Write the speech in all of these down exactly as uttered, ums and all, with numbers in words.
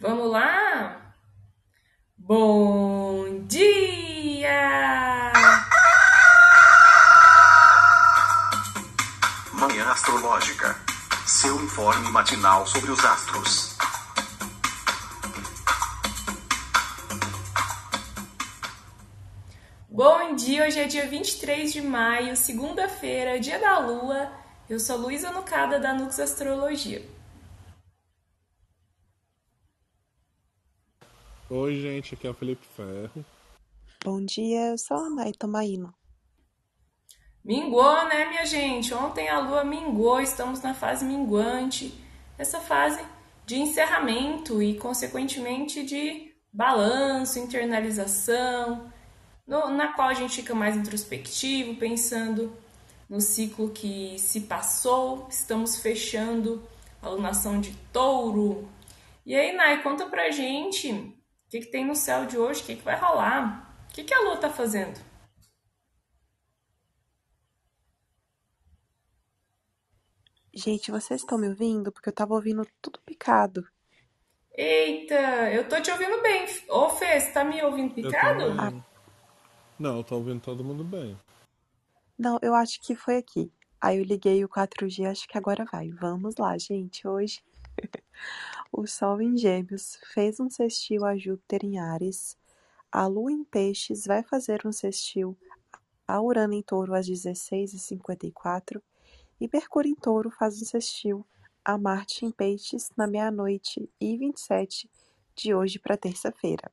Vamos lá? Bom dia! Manhã Astrológica. Seu informe matinal sobre os astros. Bom dia! Hoje é dia vinte e três de maio, segunda-feira, dia da Lua. Eu sou Luísa Nucada da Nux Astrologia. Oi, gente, aqui é o Felipe Ferro. Bom dia, eu sou a Nay Tomaino. Minguou, né, minha gente? Ontem a Lua minguou, estamos na fase minguante. Essa fase de encerramento e, consequentemente, de balanço, internalização, no- na qual a gente fica mais introspectivo, pensando no ciclo que se passou. Estamos fechando a alunação de Touro. E aí, Nai, conta pra gente o que, que tem no céu de hoje, o que, que vai rolar, o que, que a Lua tá fazendo? Gente, vocês estão me ouvindo? Porque eu tava ouvindo tudo picado. Eita, eu tô te ouvindo bem. Ô, Fê, você tá me ouvindo Eu picado? Ah, também. Não, eu tô ouvindo todo mundo bem. não, eu acho que foi aqui. Aí eu liguei o quatro G, acho que agora vai. Vamos lá, gente. Hoje o Sol em Gêmeos fez um sextil a Júpiter em Áries. A Lua em Peixes vai fazer um sextil a Urano em Touro às dezesseis e cinquenta e quatro. E Mercúrio em Touro faz um sextil a Marte em Peixes na meia-noite e vinte e sete de hoje para terça-feira.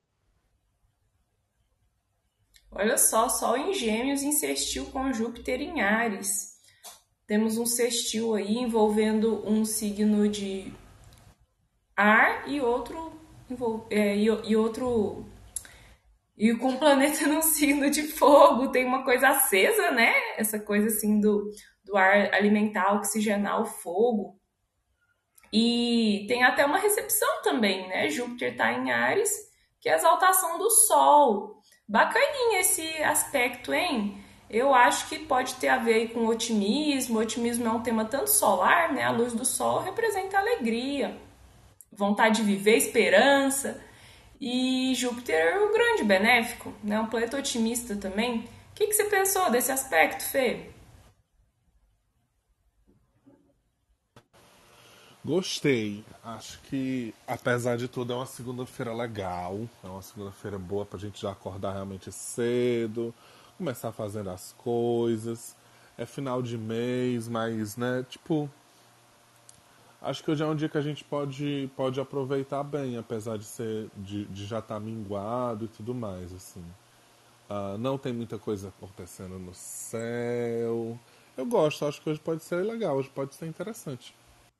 Olha só, Sol em Gêmeos insistiu com Júpiter em Áries. Temos um sextil aí envolvendo um signo de ar e outro é, e, e outro e com o planeta no signo de fogo. Tem uma coisa acesa, né? Essa coisa assim do, do ar alimentar, oxigenar o fogo. E tem até uma recepção também, né? Júpiter está em Áries, que é a exaltação do Sol. Bacaninha esse aspecto, hein? Eu acho que pode ter a ver aí com otimismo. O otimismo é um tema tanto solar, né? A luz do Sol representa alegria, vontade de viver, esperança. E Júpiter é o grande benéfico, né? Um planeta otimista também. O que, que você pensou desse aspecto, Fê? Gostei. Acho que, apesar de tudo, é uma segunda-feira legal. É uma segunda-feira boa pra gente já acordar realmente cedo, começar fazendo as coisas. É final de mês, mas, né, tipo, acho que hoje é um dia que a gente pode, pode aproveitar bem, apesar de ser de, de já estar minguado e tudo mais, assim. Ah, não tem muita coisa acontecendo no céu. Eu gosto, acho que hoje pode ser legal, hoje pode ser interessante.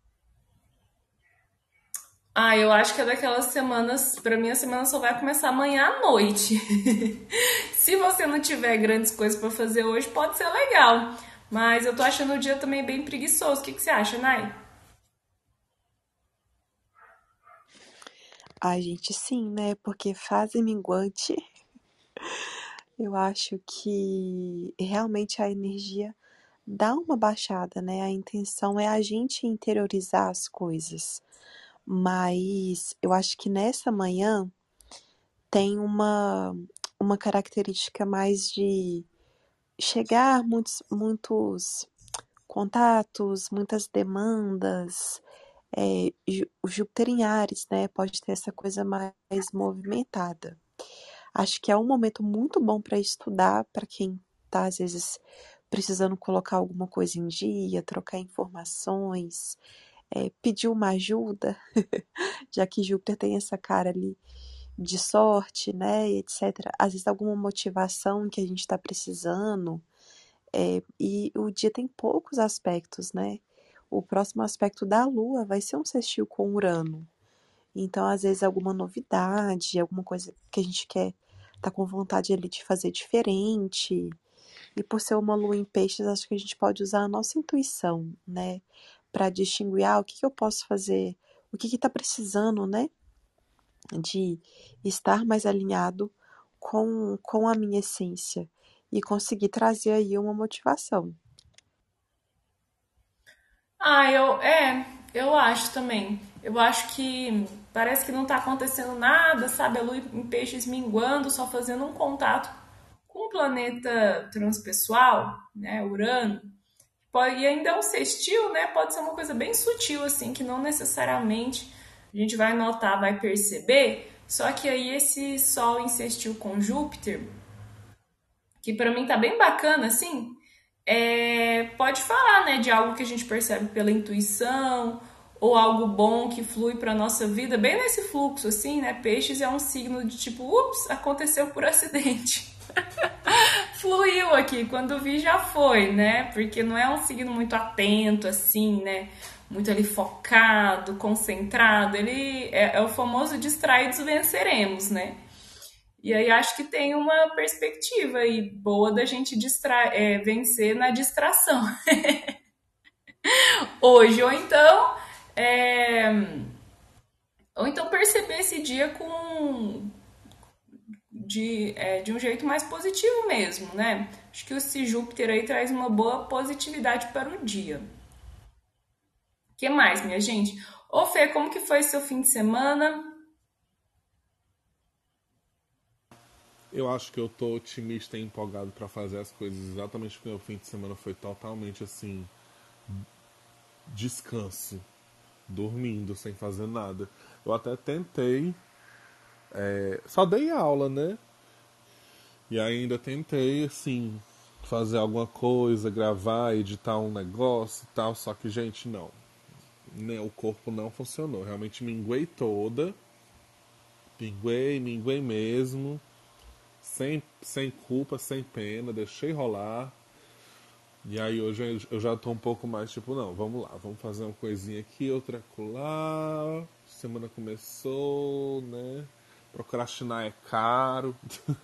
Ah, eu acho que é daquelas semanas. Pra mim, a semana só vai começar amanhã à noite. Se você não tiver grandes coisas pra fazer hoje, pode ser legal. Mas eu tô achando o dia também bem preguiçoso. O que, que você acha, Nai? A gente sim, né? Porque fase minguante, eu acho que realmente a energia dá uma baixada, né? A intenção é a gente interiorizar as coisas. Mas eu acho que nessa manhã tem uma, uma característica mais de chegar muitos, muitos contatos, muitas demandas. É, Jú- o Júpiter em Áries, né? Pode ter essa coisa mais movimentada. Acho que é um momento muito bom para estudar, para quem está, às vezes, precisando colocar alguma coisa em dia, trocar informações, é, pedir uma ajuda, já que Júpiter tem essa cara ali de sorte, né, e etcétera. Às vezes, alguma motivação que a gente está precisando, é, e o dia tem poucos aspectos, né? O próximo aspecto da Lua vai ser um sextil com Urano. Então, às vezes, alguma novidade, alguma coisa que a gente quer, tá com vontade ali de fazer diferente. E por ser uma lua em peixes, acho que a gente pode usar a nossa intuição, né? Para distinguir, ah, o que que eu posso fazer, o que que tá precisando, né? De estar mais alinhado com, com a minha essência e conseguir trazer aí uma motivação. Ah, eu. É. Eu acho também. Eu acho que parece que não tá acontecendo nada, sabe? A lua em peixes minguando, só fazendo um contato com o planeta transpessoal, né? Urano. Pode, e ainda é um sextil, né? Pode ser uma coisa bem sutil, assim, que não necessariamente a gente vai notar, vai perceber. Só que aí esse Sol em sextil com Júpiter, que para mim tá bem bacana, assim, é, pode falar, né, de algo que a gente percebe pela intuição ou algo bom que flui para nossa vida, bem nesse fluxo, assim, né? Peixes é um signo de tipo, ups, aconteceu por acidente. Fluiu aqui, quando vi já foi, né? Porque não é um signo muito atento, assim, né? Muito ali focado, concentrado. Ele é, é o famoso distraídos venceremos, né? E aí acho que tem uma perspectiva aí boa da gente distra é, vencer na distração hoje, ou então é, ou então perceber esse dia com de, é, de um jeito mais positivo mesmo, né? Acho que esse Júpiter aí traz uma boa positividade para o dia. O que mais, minha gente? Ô Fê, como que foi seu fim de semana? Eu acho que eu tô otimista e empolgado pra fazer as coisas exatamente porque o fim de semana foi totalmente assim, descanso, dormindo, sem fazer nada. Eu até tentei, é, só dei aula, né? E ainda tentei, assim, fazer alguma coisa, gravar, editar um negócio e tal, só que, gente, não. Né, o corpo não funcionou. Realmente minguei toda. Minguei, minguei mesmo. Sem, sem culpa, sem pena, deixei rolar. E aí hoje eu eu já tô um pouco mais tipo, não, vamos lá, vamos fazer uma coisinha aqui, outra acolá. Semana começou, né? Procrastinar é caro.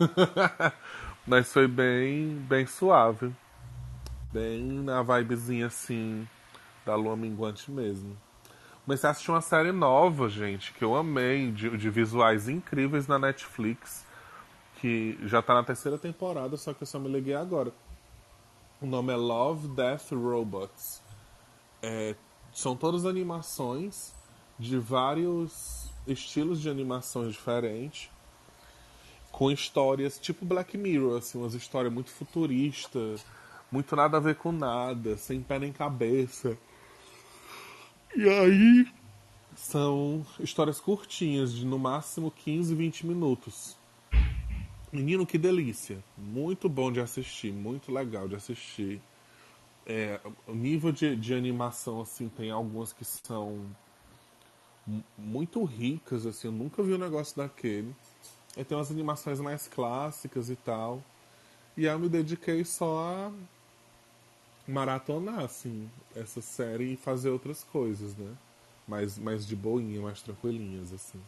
Mas foi bem, bem suave. Bem na vibezinha assim da lua minguante mesmo. Comecei a assistir uma série nova, gente, que eu amei, de, de visuais incríveis na Netflix, que já tá na terceira temporada, só que eu só me liguei agora. O nome é Love, Death, Robots. É, são todas animações de vários estilos de animações diferentes, com histórias tipo Black Mirror, assim, umas histórias muito futuristas, muito nada a ver com nada, sem pé nem cabeça. E aí são histórias curtinhas, de no máximo quinze, vinte minutos. Menino, que delícia. Muito bom de assistir, muito legal de assistir. É, o nível de, de animação, assim, tem algumas que são muito ricas, assim, eu nunca vi um negócio daquele. E tem umas animações mais clássicas e tal. E aí eu me dediquei só a maratonar, assim, essa série e fazer outras coisas, né? Mais, mais de boinha, mais tranquilinhas, assim.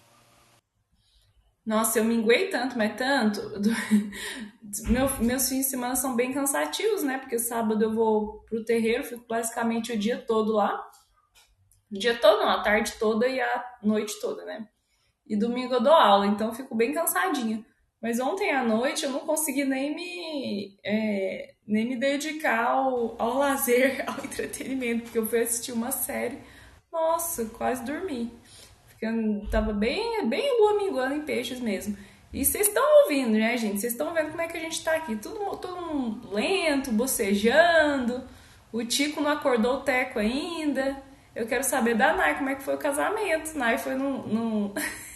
Nossa, eu minguei tanto, mas tanto. do- Meu, meus fins de semana são bem cansativos, né? Porque sábado eu vou pro terreiro, fico basicamente o dia todo lá. O dia todo, não, a tarde toda e a noite toda, né? E domingo eu dou aula, então eu fico bem cansadinha. Mas ontem à noite eu não consegui nem me, é, nem me dedicar ao, ao lazer, ao entretenimento, porque eu fui assistir uma série. Nossa, quase dormi. Ficando, tava bem, bem lua minguando em peixes mesmo. E vocês estão ouvindo, né, gente? Vocês estão vendo como é que a gente tá aqui. Tudo, todo mundo lento, bocejando. O Tico não acordou o Teco ainda. Eu quero saber da Nai como é que foi o casamento. Nai foi num, num...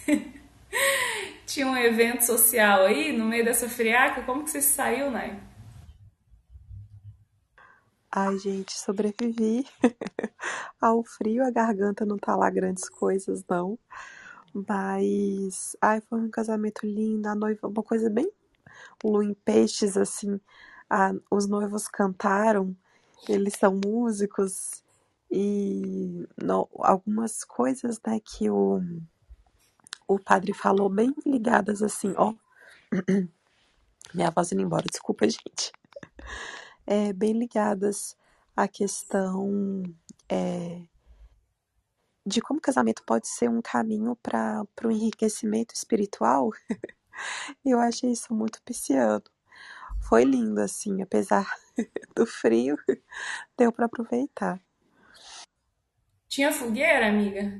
Tinha um evento social aí no meio dessa friaca. Como que você saiu, Nai? Ai, gente, sobrevivi ao frio, a garganta não tá lá grandes coisas, não. Mas, ai, foi um casamento lindo, a noiva, uma coisa bem lua em peixes, assim. A- os noivos cantaram, eles são músicos e no- algumas coisas, né, que o, o padre falou bem ligadas assim, ó, minha voz indo embora, desculpa, gente. É, bem ligadas à questão é, de como o casamento pode ser um caminho para o enriquecimento espiritual. Eu achei isso muito pisciano. Foi lindo, assim, apesar do frio, deu para aproveitar. Tinha fogueira, amiga?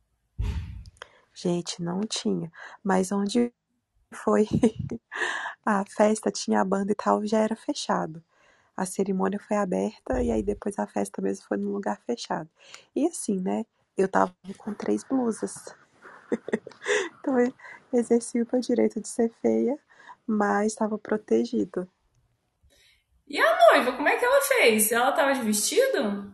Gente, não tinha. Mas onde foi a festa, tinha a banda e tal, já era fechado. A cerimônia foi aberta e aí depois a festa mesmo foi num lugar fechado. E assim, né? Eu tava com três blusas. Então eu exerci o meu direito de ser feia, mas estava protegido. E a noiva, como é que ela fez? Ela tava de vestido?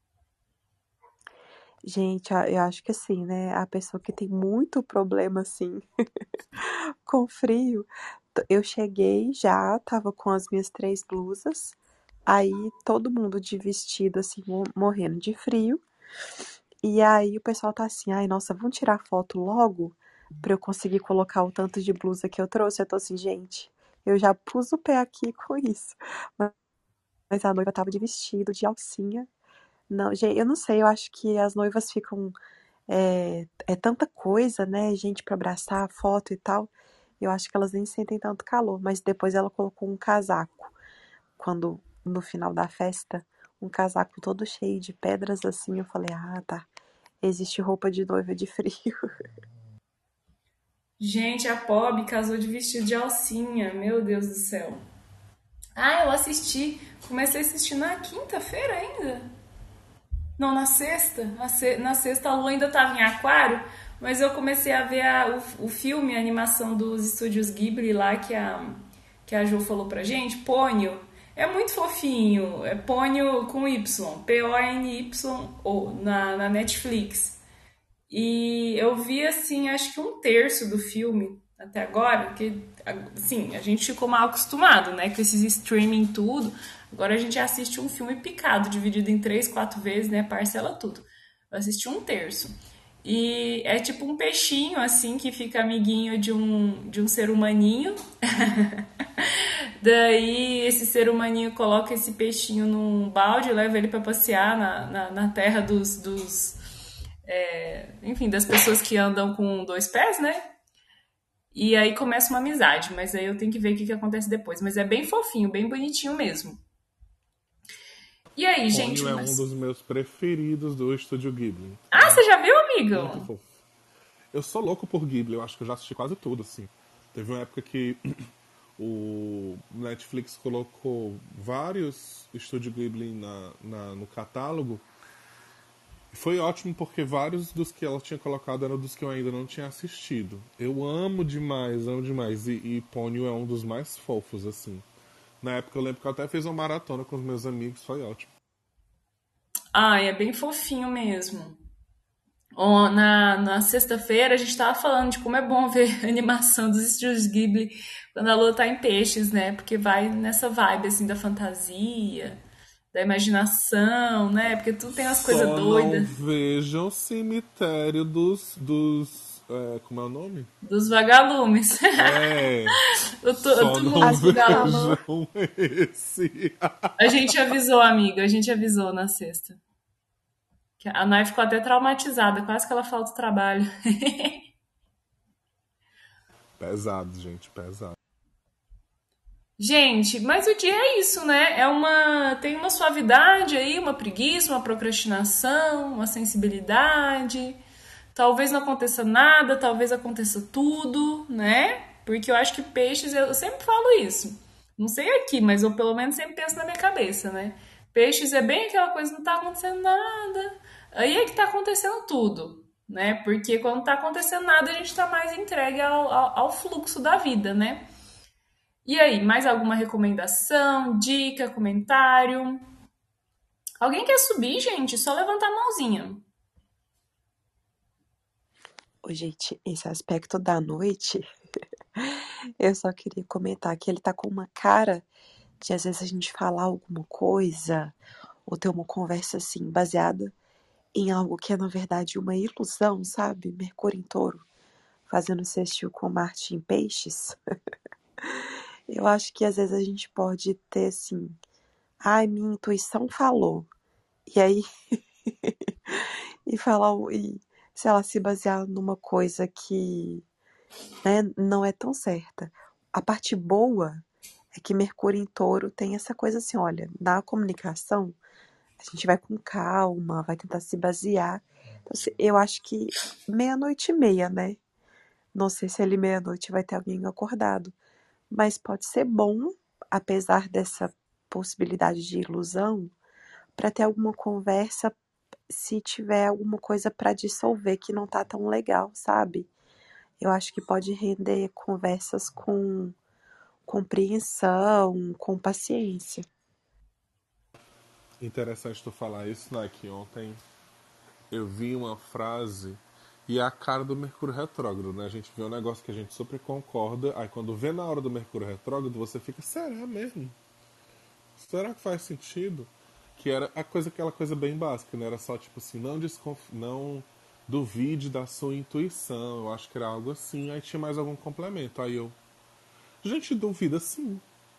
Gente, a- eu acho que assim, né? A pessoa que tem muito problema, assim, com frio. t- Eu cheguei já, tava com as minhas três blusas. Aí todo mundo de vestido, assim, mo- morrendo de frio. E aí o pessoal tá assim, ai, nossa, vamos tirar foto logo pra eu conseguir colocar o tanto de blusa que eu trouxe. Eu tô assim, gente, eu já pus o pé aqui com isso. Mas mas a noiva tava de vestido, de alcinha. Não, gente, eu não sei, eu acho que as noivas ficam. É, é tanta coisa, né? Gente pra abraçar, foto e tal. Eu acho que elas nem sentem tanto calor. Mas depois ela colocou um casaco. Quando, no final da festa, um casaco todo cheio de pedras assim. Eu falei, ah, tá. Existe roupa de noiva de frio. Gente, a pobre casou de vestido de alcinha. Meu Deus do céu. Ah, eu assisti. Comecei a assistir na quinta-feira ainda. Não, na sexta. Na, se- na sexta a lua ainda estava em aquário, mas eu comecei a ver a- o, o filme, a animação dos estúdios Ghibli lá que a, que a Jo falou pra gente, Ponyo. É muito fofinho. É Ponyo com Y. P O N Y ou na, na Netflix. E eu vi, assim, acho que um terço do filme até agora, porque, assim, a gente ficou mal acostumado, né, com esses streaming tudo. Agora a gente assiste um filme picado, dividido em três, quatro vezes, né, parcela tudo. Eu assisti um terço. E é tipo um peixinho, assim, que fica amiguinho de um, de um ser humaninho. Daí esse ser humaninho coloca esse peixinho num balde, leva ele pra passear na, na, na terra dos, dos é, enfim, das pessoas que andam com dois pés, né? E aí começa uma amizade, mas aí eu tenho que ver o que, que acontece depois. Mas é bem fofinho, bem bonitinho mesmo. E aí, gente, Ponyo é um mas. dos meus preferidos do Estúdio Ghibli. Ah, você já viu, Muito amigo? fofo. Eu sou louco por Ghibli, eu acho que eu já assisti quase tudo, assim. Teve uma época que o Netflix colocou vários Estúdio Ghibli na, na- no catálogo. E foi ótimo porque vários dos que ela tinha colocado eram dos que eu ainda não tinha assistido. Eu amo demais, amo demais. E, e Ponyo é um dos mais fofos, assim. Na época eu lembro que eu até fiz uma maratona com os meus amigos, foi ótimo. Ah, é bem fofinho mesmo. Ó, Na, na sexta-feira a gente tava falando de como é bom ver a animação dos estúdios Ghibli quando a lua tá em peixes, né? Porque vai nessa vibe assim da fantasia, da imaginação, né? Porque tudo tem umas coisas Só não doidas vejam o cemitério dos. dos é, como é o nome? dos vagalumes. É. O, tu- o Só não túmulo A dos gente vagalumes. falou, vejam esse. A gente avisou, amiga, a gente avisou na sexta. Que A Nai ficou até traumatizada, quase que ela falta o trabalho. Pesado, gente, pesado. Gente, mas o dia é isso, né? É uma tem uma suavidade aí, uma preguiça, uma procrastinação, uma sensibilidade. Talvez não aconteça nada, talvez aconteça tudo, né? Porque eu acho que peixes, eu sempre falo isso. Não sei aqui, mas eu pelo menos sempre penso na minha cabeça, né? Peixes é bem aquela coisa, não tá acontecendo nada. Aí é que tá acontecendo tudo, né? Porque quando não tá acontecendo nada, a gente tá mais entregue ao, ao, ao fluxo da vida, né? E aí, mais alguma recomendação, dica, comentário? Alguém quer subir, gente? Só levantar a mãozinha. ô, gente, esse aspecto da noite, eu só queria comentar que ele tá com uma cara de às vezes a gente falar alguma coisa ou ter uma conversa assim baseada em algo que é na verdade uma ilusão, sabe? Mercúrio em Touro, fazendo sextil com Marte em Peixes. Eu acho que às vezes a gente pode ter assim, ai, minha intuição falou. E aí, e falar, o- e, sei lá, se basear numa coisa que, né, não é tão certa. A parte boa é que Mercúrio em Touro tem essa coisa assim, olha, na comunicação A gente vai com calma, vai tentar se basear. Então, assim, eu acho que meia-noite e meia, né? Não sei se ali meia-noite vai ter alguém acordado, mas pode ser bom, apesar dessa possibilidade de ilusão, para ter alguma conversa se tiver alguma coisa para dissolver que não tá tão legal, sabe? Eu acho que pode render conversas com compreensão, com paciência. Interessante tu falar isso, né? Que ontem eu vi uma frase e é a cara do Mercúrio retrógrado, né? A gente vê um negócio que a gente super concorda, aí quando vê na hora do Mercúrio retrógrado, você fica, será mesmo? Será que faz sentido? Que era a coisa, aquela coisa bem básica, né? Era só tipo assim, não desconf... não duvide da sua intuição. Eu acho que era algo assim. Aí tinha mais algum complemento. Aí eu, gente, duvida sim.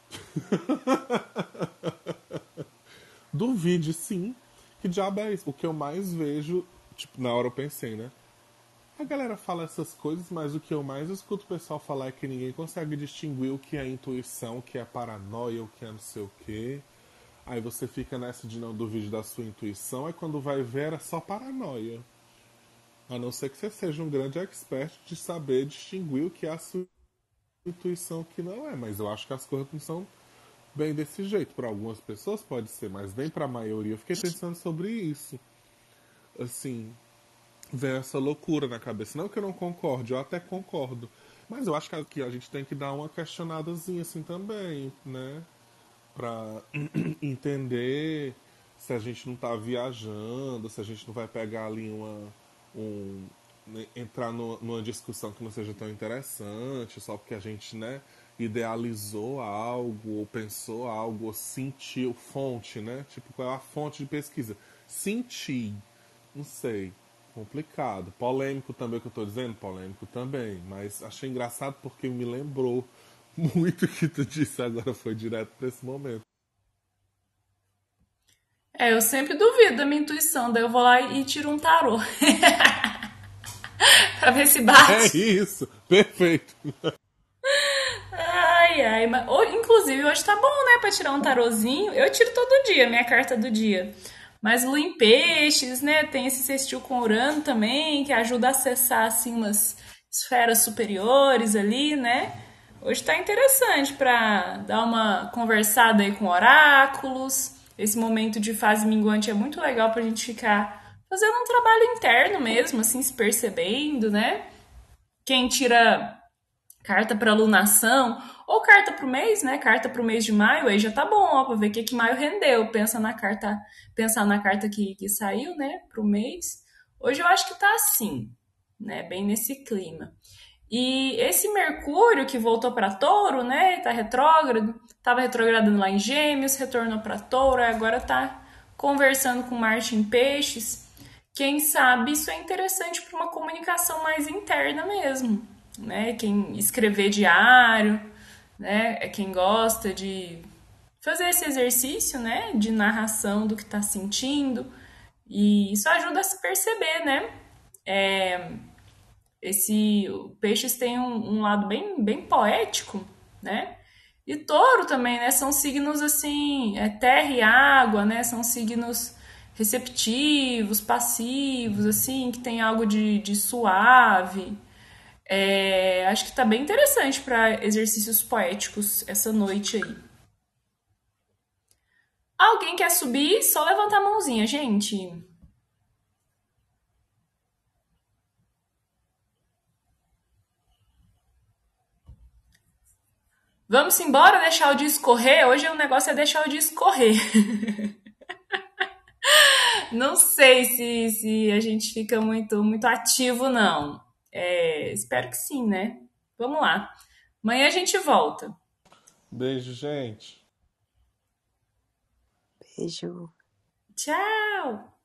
Duvide sim. Que diabo é isso? O que eu mais vejo, tipo, na hora eu pensei, né? A galera fala essas coisas, mas o que eu mais escuto o pessoal falar é que ninguém consegue distinguir o que é intuição, o que é paranoia, o que é não sei o quê. Aí você fica nessa de não duvide da sua intuição, aí quando vai ver era só paranoia. A não ser que você seja um grande expert de saber distinguir o que é a sua intuição e o que não é. Mas eu acho que as coisas não são bem desse jeito. Para algumas pessoas pode ser, mas bem para a maioria. Eu fiquei pensando sobre isso. Assim, vem essa loucura na cabeça. Não que eu não concorde, eu até concordo. Mas eu acho que a gente tem que dar uma questionadazinha assim também, né? Pra entender se a gente não tá viajando, se a gente não vai pegar ali uma. Um, né, entrar no, numa discussão que não seja tão interessante, só porque a gente, né, idealizou algo, ou pensou algo, ou sentiu fonte, né? Tipo, qual é a fonte de pesquisa? Sentir. Não sei. Complicado. Polêmico também o que eu tô dizendo? Polêmico também. Mas achei engraçado porque me lembrou muito o que tu disse agora, foi direto pra esse momento. É, eu sempre duvido da minha intuição, daí eu vou lá e tiro um tarô pra ver se É bate. isso! Perfeito! Ai, ai, mas, ho- inclusive hoje tá bom, né, pra tirar um tarozinho. Eu tiro todo dia, minha carta do dia. Mas Lua em Peixes, né, tem esse sextil com Urano também, que ajuda a acessar, assim, umas esferas superiores ali, né. Hoje tá interessante pra dar uma conversada aí com oráculos. Esse momento de fase minguante é muito legal pra gente ficar fazendo um trabalho interno mesmo, assim, se percebendo, né. Quem tira carta para alunação, ou carta para o mês, né? Carta para o mês de maio, aí já tá bom, ó, para ver o que, que maio rendeu. Pensa na carta, pensar na carta que, que saiu, né, para o mês. Hoje eu acho que tá assim, né, bem nesse clima. E esse Mercúrio que voltou para Touro, né, tá retrógrado, tava retrogradando lá em Gêmeos, retornou para Touro, agora tá conversando com Marte em Peixes. Quem sabe isso é interessante para uma comunicação mais interna mesmo, né? Quem escrever diário, né? É quem gosta de fazer esse exercício, né? De narração do que está sentindo. E isso ajuda a se perceber, né? É, esse o Peixes tem um, um lado bem, bem poético, né? E Touro também, né? São signos assim, é terra e água, né? São signos receptivos, passivos, assim, que tem algo de, de suave. É, acho que tá bem interessante para exercícios poéticos essa noite aí. Alguém quer subir? Só levantar a mãozinha, gente. Vamos embora deixar o dia escorrer? Hoje o negócio é deixar o dia escorrer. Não sei se, se a gente fica muito, muito ativo, não. É, espero que sim, né? Vamos lá. Amanhã a gente volta. Beijo, gente. Beijo. Tchau!